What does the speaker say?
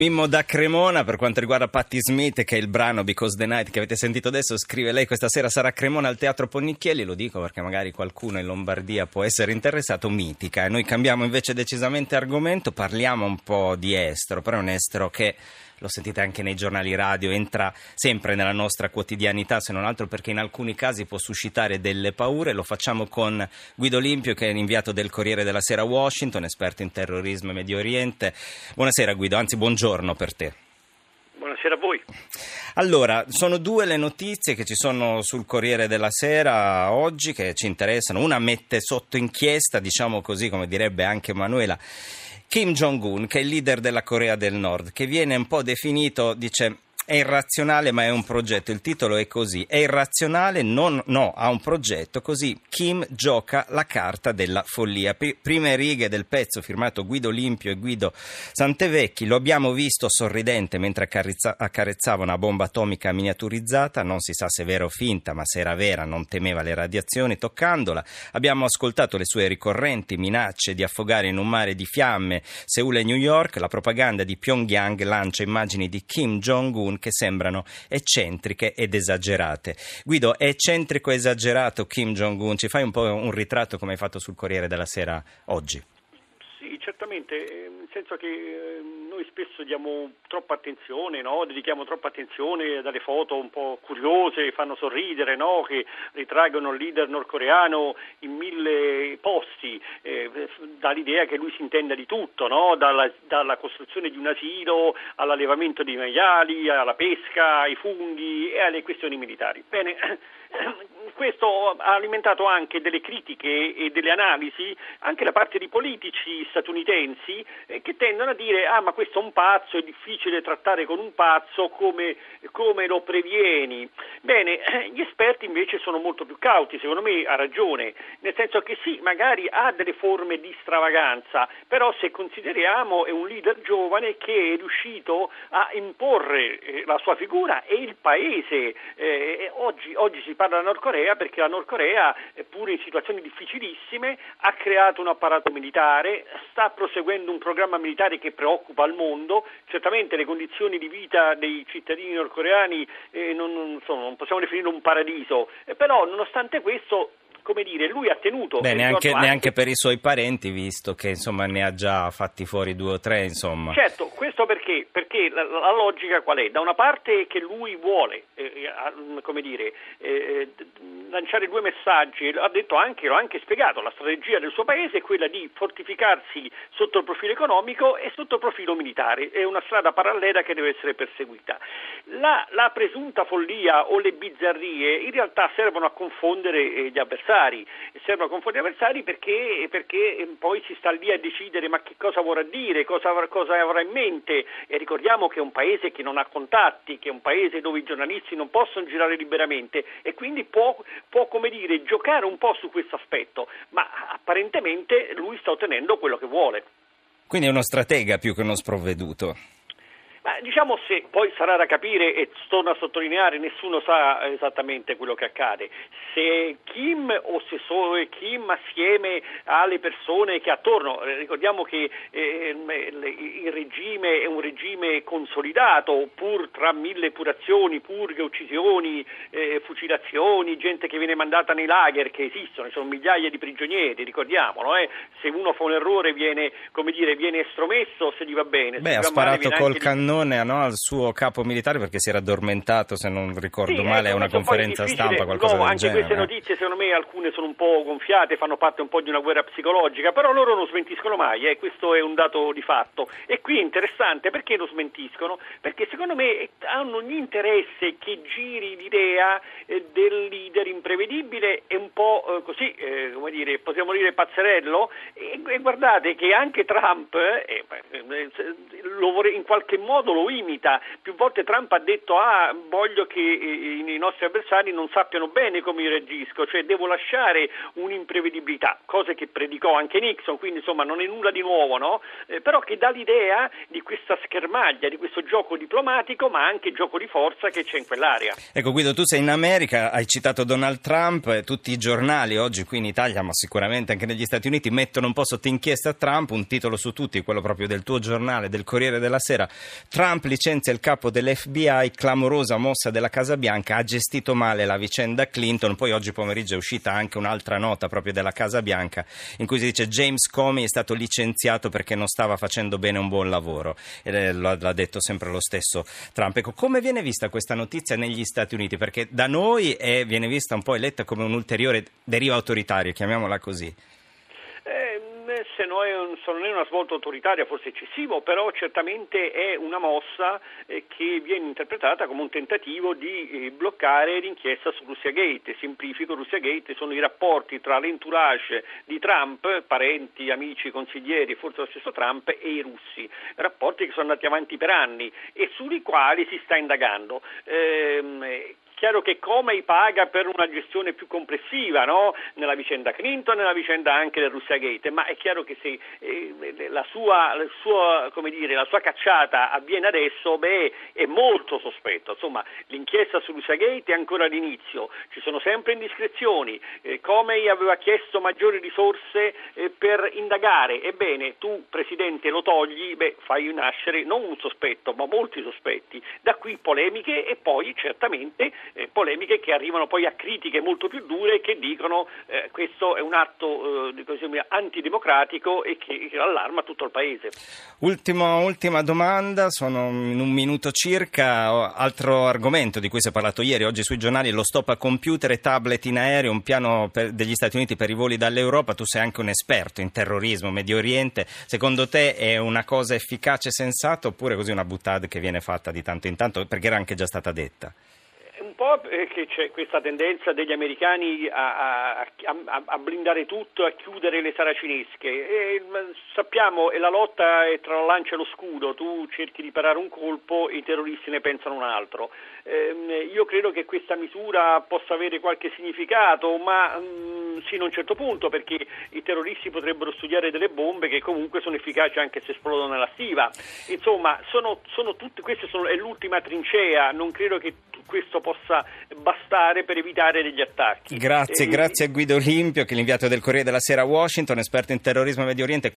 Mimmo da Cremona, per quanto riguarda Patti Smith, che è il brano Because the Night che avete sentito adesso, scrive lei: questa sera sarà a Cremona al Teatro Ponnicchielli. Lo dico perché magari qualcuno in Lombardia può essere interessato. Mitica. E noi cambiamo invece decisamente argomento, parliamo un po' di estero, però è un estero che, lo sentite anche nei giornali radio, entra sempre nella nostra quotidianità, se non altro perché in alcuni casi può suscitare delle paure. Lo facciamo con Guido Limpio, che è l'inviato del Corriere della Sera a Washington, esperto in terrorismo e Medio Oriente. Buonasera Guido, anzi buongiorno per te. Buonasera a voi. Allora, sono due le notizie che ci sono sul Corriere della Sera oggi che ci interessano. Una mette sotto inchiesta, diciamo così, come direbbe anche Manuela, Kim Jong-un, che è il leader della Corea del Nord, che viene un po' definito, dice, è irrazionale ma è un progetto. Il titolo è così: è irrazionale, no, ha un progetto, così Kim gioca la carta della follia. Prime righe del pezzo firmato Guido Limpio e Guido Santevecchi. Lo abbiamo visto sorridente mentre accarezzava una bomba atomica miniaturizzata, non si sa se vera o finta, ma se era vera non temeva le radiazioni toccandola. Abbiamo ascoltato le sue ricorrenti minacce di affogare in un mare di fiamme Seul e New York. La propaganda di Pyongyang lancia immagini di Kim Jong-un che sembrano eccentriche ed esagerate. Guido, è eccentrico e esagerato Kim Jong-un? Ci fai un po' un ritratto come hai fatto sul Corriere della Sera oggi? Sì, certamente, nel senso che noi spesso diamo troppa attenzione, no? Dedichiamo troppa attenzione dalle foto un po' curiose, fanno sorridere, no? Che ritraggono il leader nordcoreano in 1000 posti, dall'idea che lui si intenda di tutto, no? Dalla costruzione di un asilo all'allevamento dei maiali, alla pesca, ai funghi e alle questioni militari. Bene, questo ha alimentato anche delle critiche e delle analisi anche da parte di politici statunitensi che tendono a dire: ah, ma questo è un pazzo, è difficile trattare con un pazzo, come lo previeni? Bene, gli esperti invece sono molto più cauti, secondo me ha ragione, nel senso che sì, magari ha delle forme di stravaganza, però se consideriamo è un leader giovane che è riuscito a imporre la sua figura e il paese. Oggi si parla della Nord Corea perché la Nord Corea, pur in situazioni difficilissime, ha creato un apparato militare, sta proseguendo un programma militare che preoccupa il mondo. Certamente le condizioni di vita dei cittadini nordcoreani non possiamo definirlo un paradiso, però nonostante questo, come dire, lui ha tenuto. Beh, neanche per i suoi parenti, visto che insomma ne ha già fatti fuori 2 o 3, insomma. Certo, questo perché la logica qual è? Da una parte che lui vuole lanciare 2 messaggi, l'ha detto anche, l'ho anche spiegato, la strategia del suo paese è quella di fortificarsi sotto il profilo economico e sotto il profilo militare, è una strada parallela che deve essere perseguita. La presunta follia o le bizzarrie in realtà servono a confondere gli avversari, perché poi si sta lì a decidere ma che cosa vorrà dire, cosa avrà in mente, e ricordiamo che è un paese che non ha contatti, che è un paese dove i giornalisti non possono girare liberamente e quindi può giocare un po' su questo aspetto, ma apparentemente lui sta ottenendo quello che vuole. Quindi è uno stratega più che uno sprovveduto. Ma diciamo, se poi sarà da capire, e torno a sottolineare, nessuno sa esattamente quello che accade, se Kim o se solo è Kim assieme alle persone che attorno. Ricordiamo che il regime è un regime consolidato, pur tra 1000 epurazioni, purghe, uccisioni, fucilazioni, gente che viene mandata nei lager che esistono, ci sono migliaia di prigionieri, ricordiamolo, se uno fa un errore viene estromesso se gli va bene. Beh, ha sparato col cannone al suo capo militare perché si era addormentato, se non ricordo male, a una conferenza stampa, qualcosa del anche genere. Queste notizie, secondo me, alcune sono un po' gonfiate, fanno parte un po' di una guerra psicologica, però loro non smentiscono mai, questo è un dato di fatto. E qui è interessante perché lo smentiscono, perché secondo me hanno un interesse che giri l'idea del leader imprevedibile e un po' possiamo dire pazzerello, e guardate che anche Trump in qualche modo lo lo imita. Più volte Trump ha detto voglio che i nostri avversari non sappiano bene come io reagisco, cioè devo lasciare un'imprevedibilità, cose che predicò anche Nixon, quindi insomma non è nulla di nuovo, no? Però che dà l'idea di questa schermaglia, di questo gioco diplomatico ma anche gioco di forza che c'è in quell'area. Ecco Guido, tu sei in America, hai citato Donald Trump, tutti i giornali oggi qui in Italia, ma sicuramente anche negli Stati Uniti, mettono un po' sotto inchiesta Trump, un titolo su tutti, quello proprio del tuo giornale, del Corriere della Sera: Trump licenzia il capo dell'FBI, clamorosa mossa della Casa Bianca, ha gestito male la vicenda Clinton. Poi oggi pomeriggio è uscita anche un'altra nota proprio della Casa Bianca in cui si dice James Comey è stato licenziato perché non stava facendo bene un buon lavoro, e l'ha detto sempre lo stesso Trump. Ecco, come viene vista questa notizia negli Stati Uniti? Perché da noi viene vista un po' eletta come un'ulteriore deriva autoritaria, chiamiamola così. Se non è una svolta autoritaria, forse eccessivo, però certamente è una mossa che viene interpretata come un tentativo di bloccare l'inchiesta su Russiagate. Semplifico: Russiagate sono i rapporti tra l'entourage di Trump, parenti, amici, consiglieri, forse lo stesso Trump, e i russi, rapporti che sono andati avanti per anni e sui quali si sta indagando. Chiaro che Comey paga per una gestione più complessiva, no? Nella vicenda Clinton, nella vicenda anche del Russiagate, ma è chiaro che se la sua cacciata avviene adesso, è molto sospetto. Insomma, l'inchiesta su Russiagate è ancora all'inizio, ci sono sempre indiscrezioni. Comey aveva chiesto maggiori risorse per indagare. Ebbene, tu Presidente lo togli, fai nascere non un sospetto, ma molti sospetti. Da qui polemiche e poi certamente polemiche che arrivano poi a critiche molto più dure che dicono questo è un atto antidemocratico e che allarma tutto il paese. Ultima domanda, sono in un minuto circa. Altro argomento di cui si è parlato ieri, oggi sui giornali: lo stop a computer e tablet in aereo, un piano degli Stati Uniti per i voli dall'Europa. Tu sei anche un esperto in terrorismo, Medio Oriente, secondo te è una cosa efficace, sensata, oppure così una boutade che viene fatta di tanto in tanto, perché era anche già stata detta? Un po' che c'è questa tendenza degli americani a blindare tutto, a chiudere le saracinesche. Sappiamo, la lotta è tra la lancia e lo scudo: tu cerchi di parare un colpo e i terroristi ne pensano un altro. Io credo che questa misura possa avere qualche significato, ma sino a un certo punto, perché i terroristi potrebbero studiare delle bombe che comunque sono efficaci anche se esplodono nella stiva. Insomma, questa è l'ultima trincea. Non credo che questo possa bastare per evitare degli attacchi. Grazie a Guido Olimpio, che è l'inviato del Corriere della Sera a Washington, esperto in terrorismo e Medio Oriente.